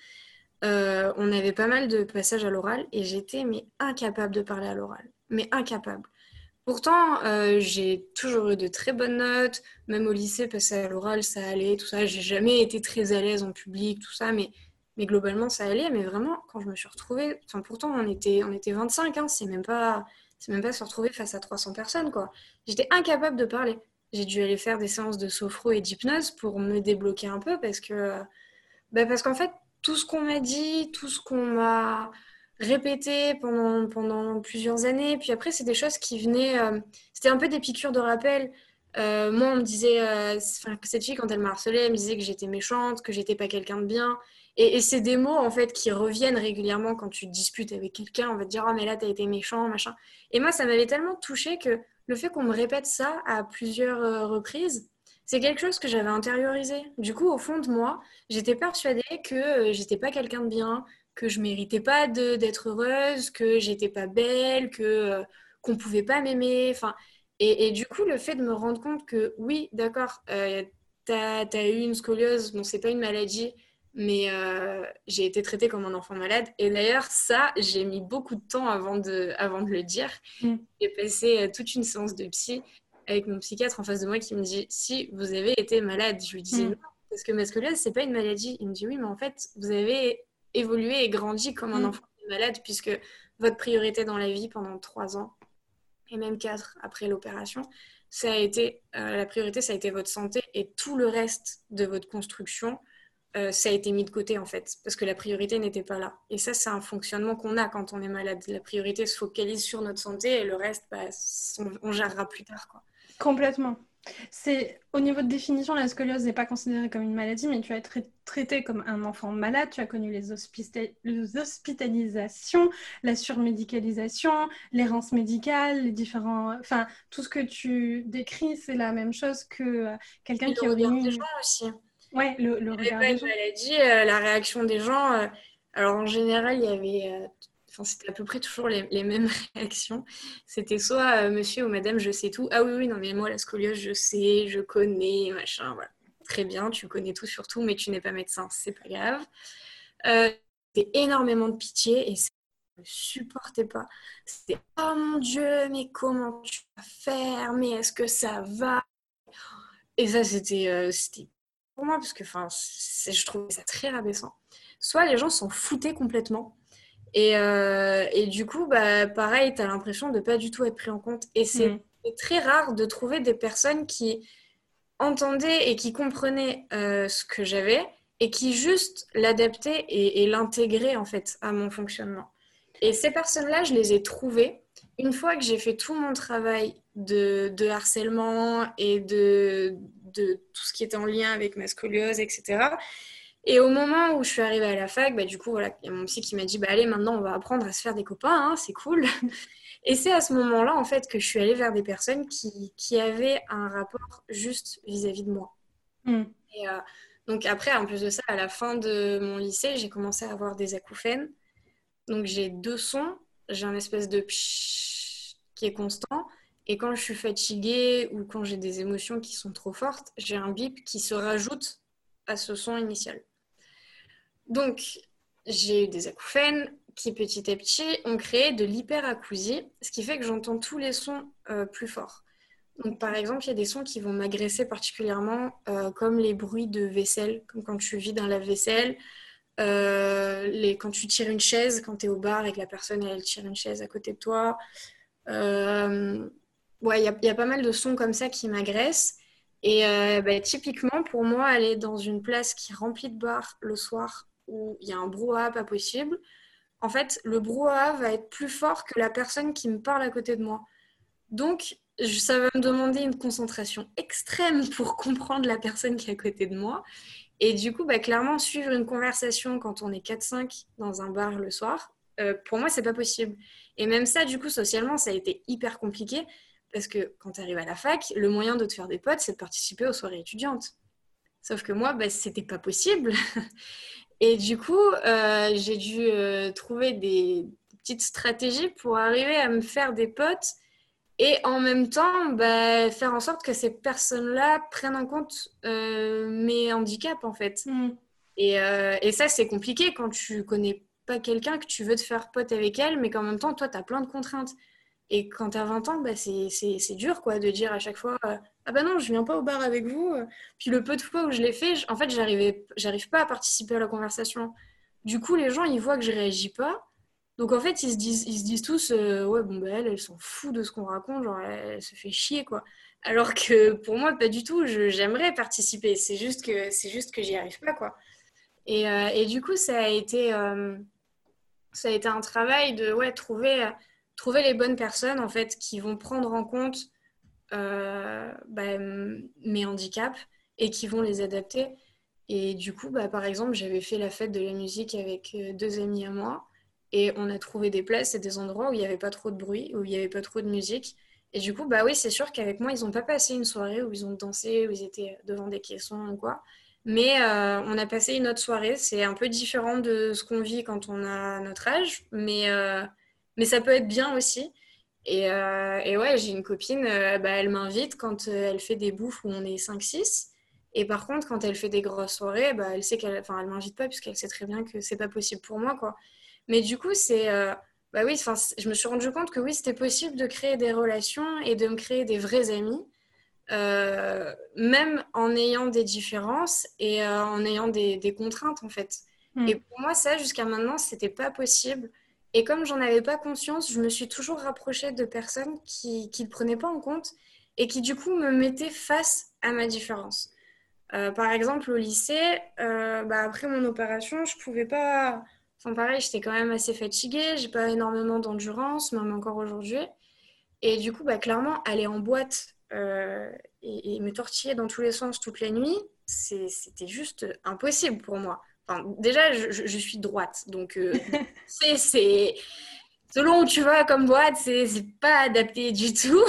S2: euh, on avait pas mal de passages à l'oral et j'étais mais incapable de parler à l'oral, mais incapable. Pourtant, euh, j'ai toujours eu de très bonnes notes, même au lycée, passer à l'oral, ça allait, tout ça. J'ai jamais été très à l'aise en public, tout ça, mais, mais globalement, ça allait. Mais vraiment, quand je me suis retrouvée, enfin pourtant, on était, on était vingt-cinq, hein, c'est même pas, c'est même pas se retrouver face à trois cents personnes, quoi. J'étais incapable de parler. J'ai dû aller faire des séances de sophro et d'hypnose pour me débloquer un peu parce que bah parce qu'en fait, tout ce qu'on m'a dit, tout ce qu'on m'a répété pendant, pendant plusieurs années, puis après, c'est des choses qui venaient. Euh, c'était un peu des piqûres de rappel. Euh, moi, on me disait, euh, enfin, que cette fille, quand elle m'a harcelée, elle me disait que j'étais méchante, que j'étais pas quelqu'un de bien. Et, et c'est des mots, en fait, qui reviennent régulièrement quand tu te disputes avec quelqu'un. On va te dire, oh, mais là, t'as été méchant, machin. Et moi, ça m'avait tellement touchée que le fait qu'on me répète ça à plusieurs euh, reprises, c'est quelque chose que j'avais intériorisé. Du coup, au fond de moi, j'étais persuadée que euh, j'étais pas quelqu'un de bien, que je méritais pas de d'être heureuse, que j'étais pas belle, que euh, qu'on pouvait pas m'aimer. Enfin, et, et du coup, le fait de me rendre compte que oui, d'accord, euh, t'as, t'as eu une scoliose, bon, c'est pas une maladie, mais euh, j'ai été traitée comme un enfant malade. Et d'ailleurs, ça, j'ai mis beaucoup de temps avant de, avant de le dire.
S1: Mm.
S2: J'ai passé euh, toute une séance de psy avec mon psychiatre en face de moi qui me dit, si vous avez été malade, je lui disais non,
S1: Mm.
S2: parce que ma scoliose, c'est pas une maladie. Il me dit, oui, mais en fait, vous avez évolué et grandi comme un
S1: Mm.
S2: enfant malade puisque votre priorité dans la vie pendant trois ans et même quatre après l'opération, ça a été, euh, la priorité, ça a été votre santé et tout le reste de votre construction, euh, ça a été mis de côté en fait, parce que la priorité n'était pas là. Et ça, c'est un fonctionnement qu'on a quand on est malade. La priorité se focalise sur notre santé et le reste, bah, on, on gérera plus tard, quoi.
S1: Complètement. C'est au niveau de définition, la scoliose n'est pas considérée comme une maladie, mais tu as été traité comme un enfant malade. Tu as connu les, hospita- les hospitalisations, la surmédicalisation, l'errance médicale, les différents, enfin tout ce que tu décris, c'est la même chose que euh, quelqu'un
S2: Et
S1: qui
S2: le
S1: aurait eu
S2: regard des
S1: une,
S2: gens aussi.
S1: ouais, le, le
S2: J'avais
S1: regard
S2: pas
S1: des
S2: une
S1: gens.
S2: maladie, euh, la réaction des gens. euh, alors en général, il y avait, euh, enfin c'était à peu près toujours les, les mêmes réactions. C'était soit euh, monsieur ou madame, je sais tout. Ah oui, oui, non mais moi la scoliose, je sais, je connais, machin, voilà. Très bien, tu connais tout sur tout, mais tu n'es pas médecin, c'est pas grave. Euh, C'était énormément de pitié et ça ne supportais pas. C'était oh mon Dieu, mais comment tu vas faire? Mais est-ce que ça va? Et ça, c'était euh, c'était pour moi, parce que enfin, c'est- je trouvais ça très rabaissant. Soit les gens s'en foutaient complètement. Et, euh, et du coup, bah, pareil, tu as l'impression de pas du tout être pris en compte. Et c'est
S1: Mm.
S2: c'est très rare de trouver des personnes qui entendaient et qui comprenaient euh, ce que j'avais et qui juste l'adaptaient et, et l'intégraient en fait à mon fonctionnement. Et ces personnes-là, je les ai trouvées une fois que j'ai fait tout mon travail de, de harcèlement et de, de tout ce qui était en lien avec ma scoliose, et cetera. Et au moment où je suis arrivée à la fac, bah, du coup, voilà, il y a mon psy qui m'a dit, bah, allez, maintenant, on va apprendre à se faire des copains, hein, c'est cool. Et c'est à ce moment-là, en fait, que je suis allée vers des personnes qui, qui avaient un rapport juste vis-à-vis de moi.
S1: Mm.
S2: Et, euh, donc après, en plus de ça, à la fin de mon lycée, j'ai commencé à avoir des acouphènes. Donc j'ai deux sons. J'ai un espèce de pshhh qui est constant. Et quand je suis fatiguée ou quand j'ai des émotions qui sont trop fortes, j'ai un bip qui se rajoute à ce son initial. Donc, j'ai eu des acouphènes qui, petit à petit, ont créé de l'hyperacousie, ce qui fait que j'entends tous les sons euh, plus forts. Donc, par exemple, il y a des sons qui vont m'agresser particulièrement, euh, comme les bruits de vaisselle, comme quand tu vides un lave-vaisselle, euh, les, quand tu tires une chaise, quand tu es au bar et que la personne elle tire une chaise à côté de toi. Euh, ouais, il y a, y a pas mal de sons comme ça qui m'agressent. Et euh, bah, typiquement, pour moi, aller dans une place qui est remplie de bars le soir où il y a un brouhaha pas possible, en fait, le brouhaha va être plus fort que la personne qui me parle à côté de moi. Donc, je- ça va me demander une concentration extrême pour comprendre la personne qui est à côté de moi. Et du coup, bah, clairement, suivre une conversation quand on est quatre cinq dans un bar le soir, euh, pour moi, c'est pas possible. Et même ça, du coup, socialement, ça a été hyper compliqué parce que quand tu arrives à la fac, le moyen de te faire des potes, c'est de participer aux soirées étudiantes. Sauf que moi, bah, c'était pas possible. Et du coup, euh, j'ai dû euh, trouver des petites stratégies pour arriver à me faire des potes et en même temps, bah, faire en sorte que ces personnes-là prennent en compte euh, mes handicaps, en fait.
S1: Mm.
S2: Et, euh, et ça, c'est compliqué quand tu connais pas quelqu'un, que tu veux te faire pote avec elle, mais qu'en même temps, toi, tu as plein de contraintes. Et quand tu as vingt ans, bah, c'est, c'est, c'est dur quoi, de dire à chaque fois euh, ah bah non, je viens pas au bar avec vous. Puis le peu de fois où je l'ai fait, j- en fait, j'arrivais, j'arrive pas à participer à la conversation. Du coup, les gens, ils voient que je réagis pas. Donc en fait, ils se disent, ils se disent tous euh, ouais, bon, bah elle, elle s'en fout de ce qu'on raconte, genre elle, elle se fait chier quoi. Alors que pour moi, pas du tout, je- j'aimerais participer. C'est juste que, c'est juste que j'y arrive pas quoi. Et, euh, et du coup, ça a été, euh, ça a été un travail de ouais, trouver, euh, trouver les bonnes personnes en fait qui vont prendre en compte euh, bah, m- mes handicaps et qui vont les adapter. Et du coup, bah, par exemple, j'avais fait la fête de la musique avec euh, deux amis à moi et on a trouvé des places et des endroits où il n'y avait pas trop de bruit, où il n'y avait pas trop de musique. Et du coup, bah oui, c'est sûr qu'avec moi, ils n'ont pas passé une soirée où ils ont dansé, où ils étaient devant des caissons ou quoi. Mais euh, on a passé une autre soirée. C'est un peu différent de ce qu'on vit quand on a notre âge, mais, euh, mais ça peut être bien aussi. Et, euh, et ouais, j'ai une copine, euh, bah, elle m'invite quand euh, elle fait des bouffes où on est cinq six. Et par contre, quand elle fait des grosses soirées, bah, elle sait qu'elle, enfin, elle m'invite pas puisqu'elle sait très bien que c'est pas possible pour moi, quoi. Mais du coup, c'est, euh, bah oui, enfin, c- je me suis rendu compte que oui, c'était possible de créer des relations et de me créer des vrais amis, euh, même en ayant des différences et euh, en ayant des, des contraintes, en fait. Et
S1: Mm.
S2: pour moi, ça, jusqu'à maintenant, c'était pas possible. Et comme j'en avais pas conscience, je me suis toujours rapprochée de personnes qui qui le prenaient pas en compte et qui, du coup, me mettaient face à ma différence. Euh, par exemple, au lycée, euh, bah, après mon opération, je pouvais pas. Enfin, pareil, j'étais quand même assez fatiguée, j'ai pas énormément d'endurance, même encore aujourd'hui. Et du coup, bah, clairement, aller en boîte euh, et, et me tortiller dans tous les sens toute la nuit, c'est- c'était juste impossible pour moi. Enfin, déjà, je, je- je suis droite, donc euh, c'est, c'est- selon où tu vas comme boîte, c'est c'est pas adapté du tout.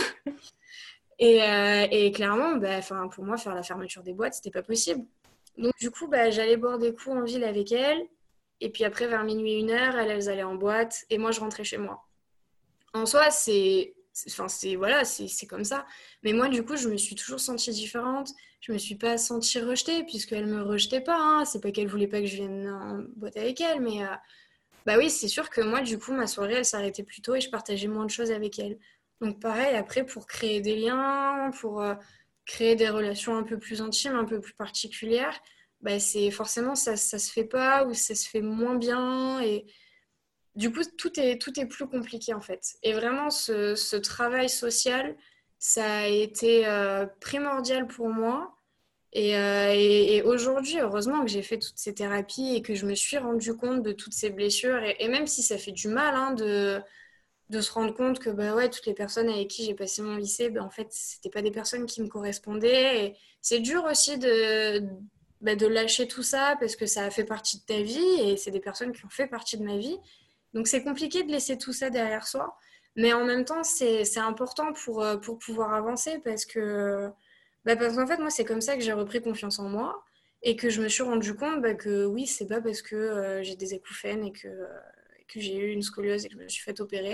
S2: Et, euh, et clairement, bah, enfin, pour moi, faire la fermeture des boîtes, c'était pas possible. Donc, du coup, bah, j'allais boire des coups en ville avec elle. Et puis après, vers minuit, une heure, elles, elles allaient en boîte. Et moi, je rentrais chez moi. En soi, c'est, c'est- enfin, c'est, voilà, c'est, c'est comme ça. Mais moi, du coup, je me suis toujours sentie différente. Je me suis pas sentie rejetée, puisqu'elle me rejetait pas, hein. C'est pas qu'elle voulait pas que je vienne en boîte avec elle, mais euh, bah oui, c'est sûr que moi, du coup, ma soirée, elle s'arrêtait plus tôt et je partageais moins de choses avec elle. Donc pareil, après, pour créer des liens, pour euh, créer des relations un peu plus intimes, un peu plus particulières, bah c'est forcément ça, ça se fait pas ou ça se fait moins bien et du coup, tout est, tout est plus compliqué en fait. Et vraiment, ce, ce travail social, ça a été euh, primordial pour moi. Et, euh, et, et aujourd'hui, heureusement que j'ai fait toutes ces thérapies et que je me suis rendu compte de toutes ces blessures. Et, et même si ça fait du mal hein, de, de se rendre compte que bah ouais, toutes les personnes avec qui j'ai passé mon lycée, bah, en fait, c'était pas des personnes qui me correspondaient. Et c'est dur aussi de, bah, de lâcher tout ça parce que ça a fait partie de ta vie et c'est des personnes qui ont fait partie de ma vie. Donc c'est compliqué de laisser tout ça derrière soi. Mais en même temps, c'est, c'est important pour, euh, pour pouvoir avancer parce que bah, parce qu'en fait, moi, c'est comme ça que j'ai repris confiance en moi et que je me suis rendu compte bah, que oui, c'est pas parce que euh, j'ai des acouphènes et que, euh, que j'ai eu une scoliose et que je me suis fait opérer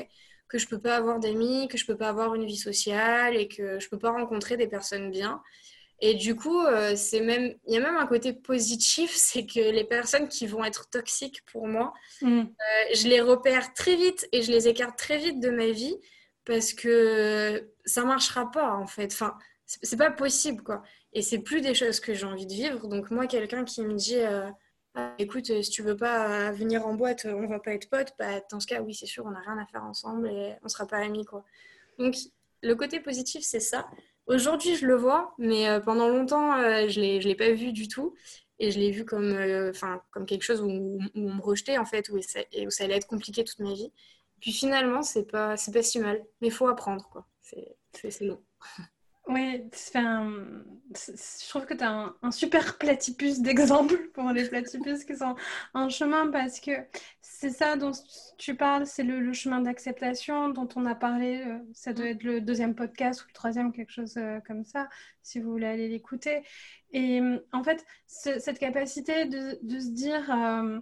S2: que je peux pas avoir d'amis, que je peux pas avoir une vie sociale et que je peux pas rencontrer des personnes bien. Et du coup, euh, c'est même, il y a même un côté positif, c'est que les personnes qui vont être toxiques pour moi,
S1: Mm.
S2: euh, je les repère très vite et je les écarte très vite de ma vie parce que ça marchera pas en fait. Enfin, c'est c'est pas possible quoi. Et c'est plus des choses que j'ai envie de vivre. Donc moi, quelqu'un qui me dit, euh, ah, écoute, euh, si tu veux pas euh, venir en boîte, euh, on va pas être potes, bah dans ce cas, oui, c'est sûr, on n'a rien à faire ensemble et on sera pas amis quoi. Donc le côté positif, c'est ça. Aujourd'hui, je le vois, mais euh, pendant longtemps, euh, je l'ai, je l'ai pas vu du tout. Et je l'ai vu comme, euh, enfin, comme quelque chose où, où on me rejetait, en fait, où ça, et où ça allait être compliqué toute ma vie. Puis finalement, c'est pas, c'est pas si mal. Mais il faut apprendre, quoi. C'est, c'est, c'est long.
S1: Oui, c'est un- c'est- je trouve que tu as un, un super platypus d'exemple pour les platypus qui sont en chemin parce que c'est ça dont tu parles, c'est le, le chemin d'acceptation dont on a parlé. euh, Ça doit être le deuxième podcast ou le troisième, quelque chose euh, comme ça, si vous voulez aller l'écouter. Et euh, en fait, ce- cette capacité de, de se dire... euh,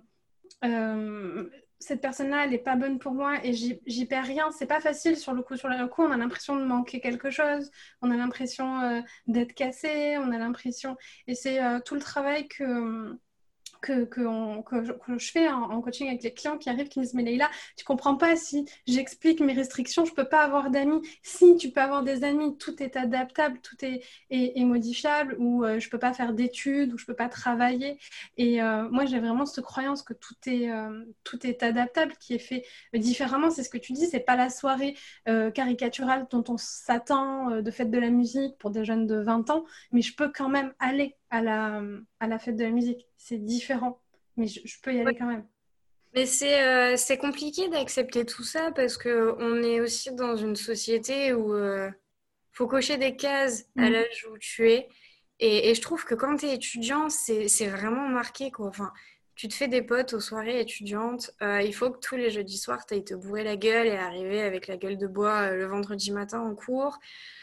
S1: euh, cette personne-là, elle n'est pas bonne pour moi et j'y j'y perds rien. C'est pas facile sur le coup. Sur le coup, on a l'impression de manquer quelque chose, on a l'impression euh, d'être cassé, on a l'impression. Et c'est euh, tout le travail que que, que, on- que je, que je fais en, en coaching avec les clients qui arrivent, qui me disent, mais Leïla, tu comprends pas, si j'explique mes restrictions, je peux pas avoir d'amis. Si, tu peux avoir des amis, tout est adaptable, tout est, est, est modifiable, ou euh, je peux pas faire d'études, ou je peux pas travailler. Et euh, moi, j'ai vraiment cette croyance que tout est, euh, tout est adaptable, qui est fait différemment. C'est ce que tu dis, c'est pas la soirée euh, caricaturale dont on s'attend euh, de fête de la musique pour des jeunes de vingt ans, mais je peux quand même aller à la, à la fête de la musique. C'est différent, mais je, je peux y aller quand même.
S2: Mais c'est euh, c'est compliqué d'accepter tout ça parce que on est aussi dans une société où euh, faut cocher des cases à
S1: Mm.
S2: l'âge où tu es. Et, et je trouve que quand tu es étudiant, c'est c'est vraiment marqué, quoi. Enfin, tu te fais des potes aux soirées étudiantes. Euh, il faut que tous les jeudis soirs, tu ailles te bourrer la gueule et arriver avec la gueule de bois euh, le vendredi matin en cours.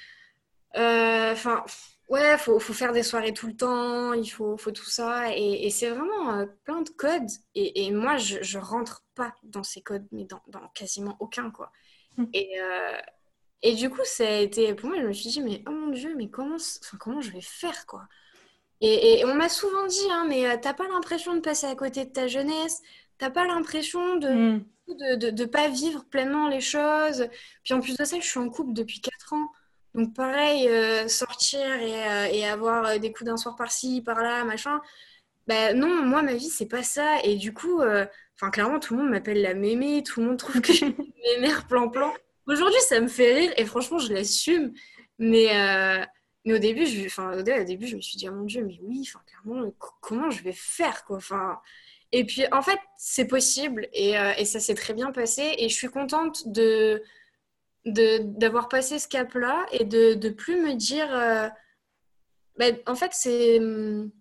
S2: Euh, Enfin, ouais, faut, faut faire des soirées tout le temps, il faut, faut tout ça. Et, et c'est vraiment euh, plein de codes. Et, et moi, je, je rentre pas dans ces codes, mais dans, dans quasiment aucun, quoi.
S1: Mm.
S2: Et, euh, et du coup, ça a été, pour moi, je me suis dit, mais oh mon Dieu, mais comment, c- enfin, comment je vais faire, quoi? Et, et on m'a souvent dit, hein, mais euh, t'as pas l'impression de passer à côté de ta jeunesse, t'as pas l'impression de,
S1: Mm.
S2: de, de, de pas vivre pleinement les choses. Puis en plus de ça, je suis en couple depuis quatre ans. Donc pareil, euh, sortir et, euh, et avoir euh, des coups d'un soir par-ci, par-là, machin. Bah non, moi, ma vie, c'est pas ça. Et du coup, euh, enfin, clairement, tout le monde m'appelle la mémé, tout le monde trouve que je suis une mémère plan-plan. Aujourd'hui, ça me fait rire et franchement, je l'assume. Mais, euh, mais au début, je, enfin, au dé- au début, je me suis dit, ah mon Dieu, mais oui, enfin, clairement, euh, co- comment je vais faire, quoi. Enfin, et puis, en fait, c'est possible et, euh, et ça s'est très bien passé. Et je suis contente de, de, d'avoir passé ce cap-là et de, de plus me dire, euh, bah, en fait, c'est hum,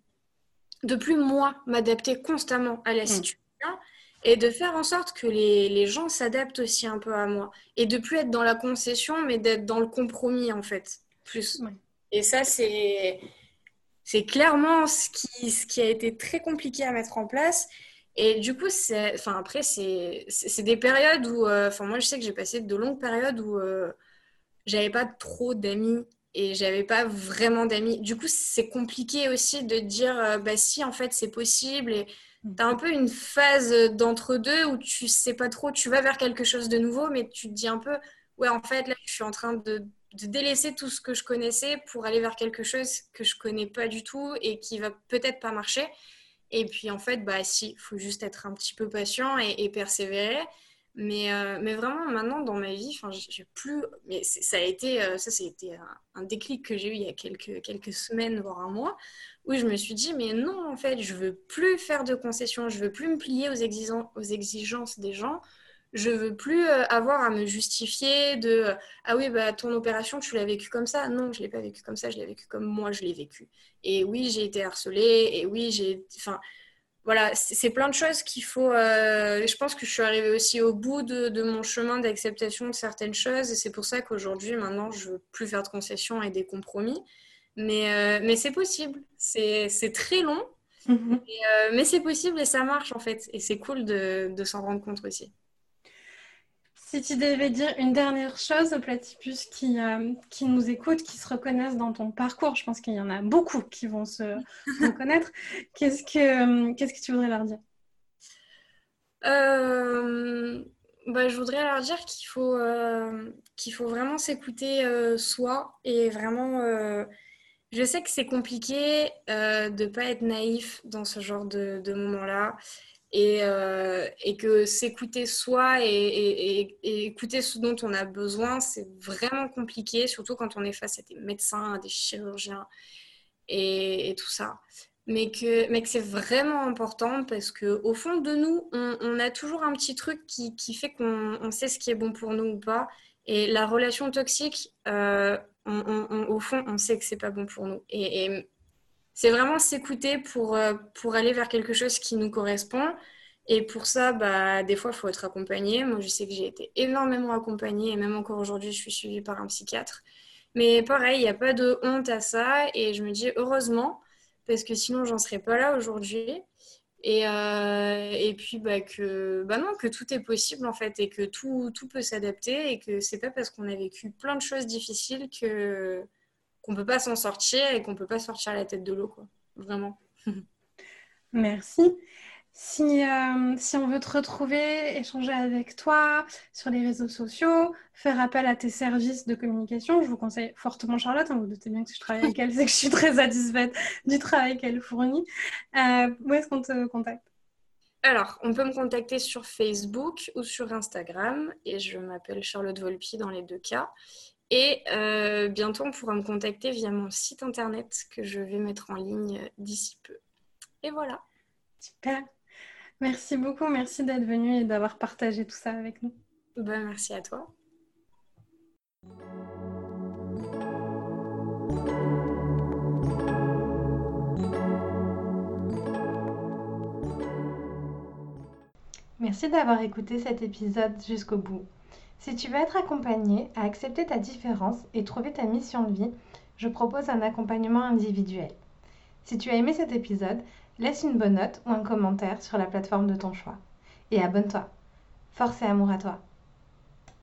S2: de plus moi m'adapter constamment à la
S1: Mm.
S2: situation et de faire en sorte que les, les gens s'adaptent aussi un peu à moi et de plus être dans la concession mais d'être dans le compromis en fait plus.
S1: Ouais.
S2: Et ça c'est c'est clairement ce qui, ce qui a été très compliqué à mettre en place. Et du coup, c'est, enfin, après, c'est, c'est c'est des périodes où, euh, enfin, moi, je sais que j'ai passé de longues périodes où, euh, j'avais pas trop d'amis et j'avais pas vraiment d'amis. Du coup, c'est compliqué aussi de dire euh, bah si en fait c'est possible et
S1: Mm.
S2: t'as un peu une phase d'entre-deux où tu sais pas trop, tu vas vers quelque chose de nouveau, mais tu te dis un peu ouais en fait là je suis en train de, de délaisser tout ce que je connaissais pour aller vers quelque chose que je connais pas du tout et qui va peut-être pas marcher. Et puis en fait, bah si, il faut juste être un petit peu patient et, et persévérer. Mais, euh, mais vraiment, maintenant, dans ma vie, enfin, j'ai plus. Mais c'est- ça a été, euh, ça, ça a été un, un déclic que j'ai eu il y a quelques, quelques semaines, voire un mois, où je me suis dit, mais non, en fait, je veux plus faire de concessions, je veux plus me plier aux exigences, aux exigences des gens, je veux plus euh, avoir à me justifier de, euh, ah oui, bah, ton opération, tu l'as vécue comme ça. Non, je l'ai pas vécue comme ça, je l'ai vécue comme moi, je l'ai vécue. Et oui, j'ai été harcelée, et oui, j'ai. Enfin, voilà, c'est c'est plein de choses qu'il faut. Euh, je pense que je suis arrivée aussi au bout de, de mon chemin d'acceptation de certaines choses et c'est pour ça qu'aujourd'hui, maintenant, je veux plus faire de concessions et des compromis. Mais, euh, mais c'est possible. C'est c'est très long,
S1: Mhm.
S2: euh, mais c'est possible et ça marche en fait. Et c'est cool de, de s'en rendre compte aussi.
S1: Si tu devais dire une dernière chose aux platypus qui, euh, qui nous écoutent, qui se reconnaissent dans ton parcours, je pense qu'il y en a beaucoup qui vont se reconnaître, qu'est-ce que, euh, qu'est-ce que tu voudrais leur dire?
S2: Euh, bah, je voudrais leur dire qu'il faut, euh, qu'il faut vraiment s'écouter euh, soi et vraiment. euh, je sais que c'est compliqué euh, de pas être naïf dans ce genre de, de moments-là et, euh, et que s'écouter soi et, et- et- et écouter ce dont on a besoin, c'est vraiment compliqué, surtout quand on est face à des médecins, à des chirurgiens et, et tout ça. Mais que, mais que c'est vraiment important parce que au fond de nous, on, on a toujours un petit truc qui, qui fait qu'on on sait ce qui est bon pour nous ou pas. Et la relation toxique, euh, on- on- on- au fond, on sait que c'est pas bon pour nous. Et, et c'est vraiment s'écouter pour, euh, pour aller vers quelque chose qui nous correspond. Et pour ça, bah, des fois, il faut être accompagné. Moi, je sais que j'ai été énormément accompagnée et même encore aujourd'hui, je suis suivie par un psychiatre. Mais pareil, il n'y a pas de honte à ça et je me dis heureusement parce que sinon, j'en serais pas là aujourd'hui. Et, euh, et puis bah, que, bah non, que tout est possible en fait et que tout, tout peut s'adapter et que c'est pas parce qu'on a vécu plein de choses difficiles que qu'on peut pas s'en sortir et qu'on peut pas sortir la tête de l'eau, quoi. Vraiment.
S1: Merci. Si, euh, si on veut te retrouver, échanger avec toi sur les réseaux sociaux, faire appel à tes services de communication, je vous conseille fortement Charlotte, hein, vous doutez bien que si je travaille avec elle, c'est que je suis très satisfaite du travail qu'elle fournit. Euh, où est-ce qu'on te contacte?
S2: Alors, on peut me contacter sur Facebook ou sur Instagram et je m'appelle Charlotte Volpi dans les deux cas. Et euh, bientôt, on pourra me contacter via mon site internet que je vais mettre en ligne d'ici peu. Et voilà.
S1: Super. Merci beaucoup, merci d'être venu et d'avoir partagé tout ça avec nous.
S2: Ben, merci à toi.
S1: Merci d'avoir écouté cet épisode jusqu'au bout. Si tu veux être accompagné à accepter ta différence et trouver ta mission de vie, je propose un accompagnement individuel. Si tu as aimé cet épisode, laisse une bonne note ou un commentaire sur la plateforme de ton choix. Et abonne-toi. Force et amour à toi.